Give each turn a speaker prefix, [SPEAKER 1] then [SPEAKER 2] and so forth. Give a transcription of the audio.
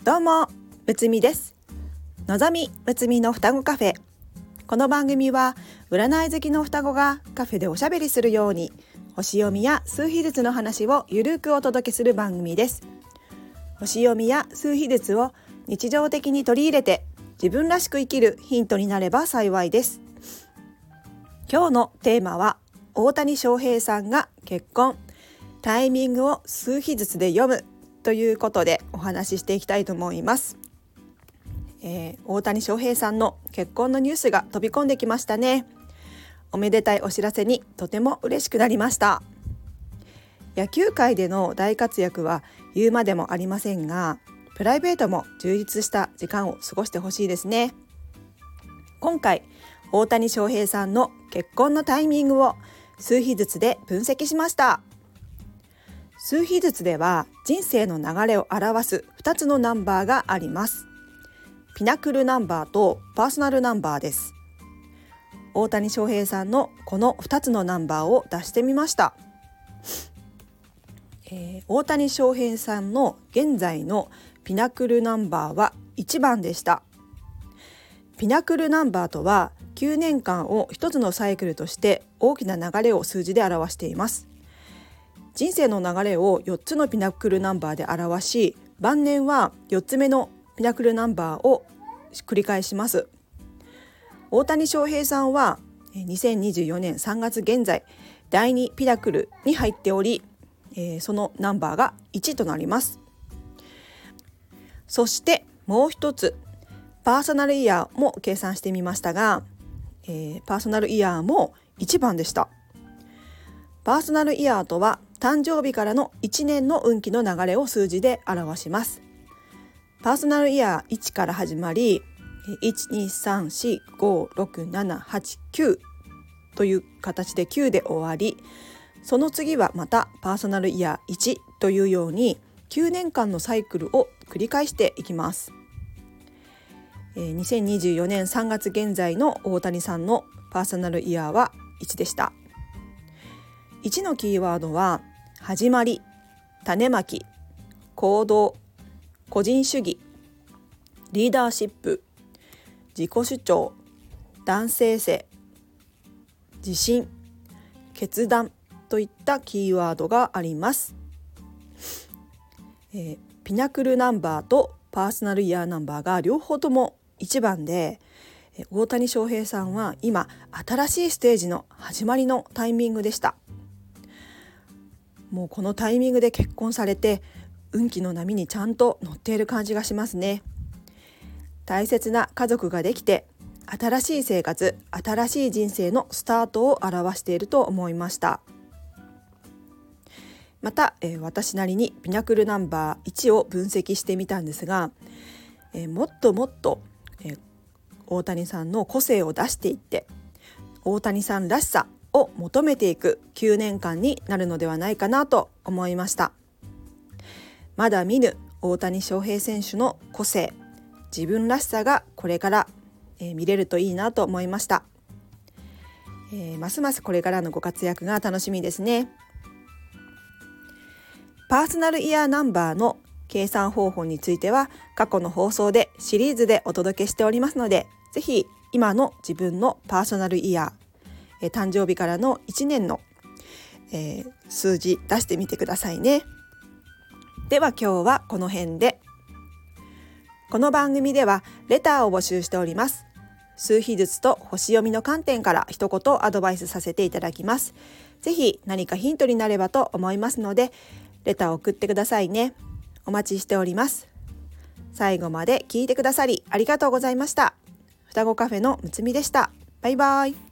[SPEAKER 1] どうも、むつみです。のぞみむつみの双子カフェ。この番組は占い好きの双子がカフェでおしゃべりするように、星読みや数秘術の話をゆるくお届けする番組です。星読みや数秘術を日常的に取り入れて自分らしく生きるヒントになれば幸いです。今日のテーマは、大谷翔平さんが結婚、タイミングを数秘術で読むということでお話ししていきたいと思います。大谷翔平さんの結婚のニュースが飛び込んできましたね。おめでたいお知らせにとても嬉しくなりました。野球界での大活躍は言うまでもありませんが、プライベートも充実した時間を過ごしてほしいですね。今回、大谷翔平さんの結婚のタイミングを数秘術で分析しました。数秘術では人生の流れを表す2つのナンバーがあります。ピナクルナンバーとパーソナルナンバーです。大谷翔平さんのこの2つのナンバーを出してみました。大谷翔平さんの現在のピナクルナンバーは1番でした。ピナクルナンバーとは9年間を1つのサイクルとして大きな流れを数字で表しています。人生の流れを4つのピナクルナンバーで表し、晩年は4つ目のピナクルナンバーを繰り返します。大谷翔平さんは2024年3月現在第2ピナクルに入っており、そのナンバーが1となります。そしてもう一つ、パーソナルイヤーも計算してみましたが、パーソナルイヤーも1番でした。パーソナルイヤーとは誕生日からの1年の運気の流れを数字で表します。パーソナルイヤー1から始まり、1,2,3,4,5,6,7,8,9 という形で9で終わり、その次はまたパーソナルイヤー1というように9年間のサイクルを繰り返していきます。2024年3月現在の大谷さんのパーソナルイヤーは1でした。1のキーワードは始まり、種まき、行動、個人主義、リーダーシップ、自己主張、男性性、自信、決断といったキーワードがあります。ピナクルナンバーとパーソナルイヤーナンバーが両方とも1番で、大谷翔平さんは今新しいステージの始まりのタイミングでした。もうこのタイミングで結婚されて運気の波にちゃんと乗っている感じがしますね。大切な家族ができて、新しい生活、新しい人生のスタートを表していると思いました。また、私なりにピナクルナンバー1を分析してみたんですが、もっともっと、大谷さんの個性を出していって、大谷さんらしさを求めていく9年間になるのではないかなと思いました。まだ見ぬ大谷翔平選手の個性、自分らしさがこれから、見れるといいなと思いました。ますますこれからのご活躍が楽しみですね。パーソナルイヤーナンバーの計算方法については過去の放送でシリーズでお届けしておりますので、ぜひ今の自分のパーソナルイヤー、誕生日からの1年の、数字出してみてくださいね。では今日はこの辺で。この番組ではレターを募集しております。数秘術と星読みの観点から一言アドバイスさせていただきます。ぜひ何かヒントになればと思いますので、レターを送ってくださいね。お待ちしております。最後まで聞いてくださりありがとうございました。双子カフェのむつみでした。バイバイ。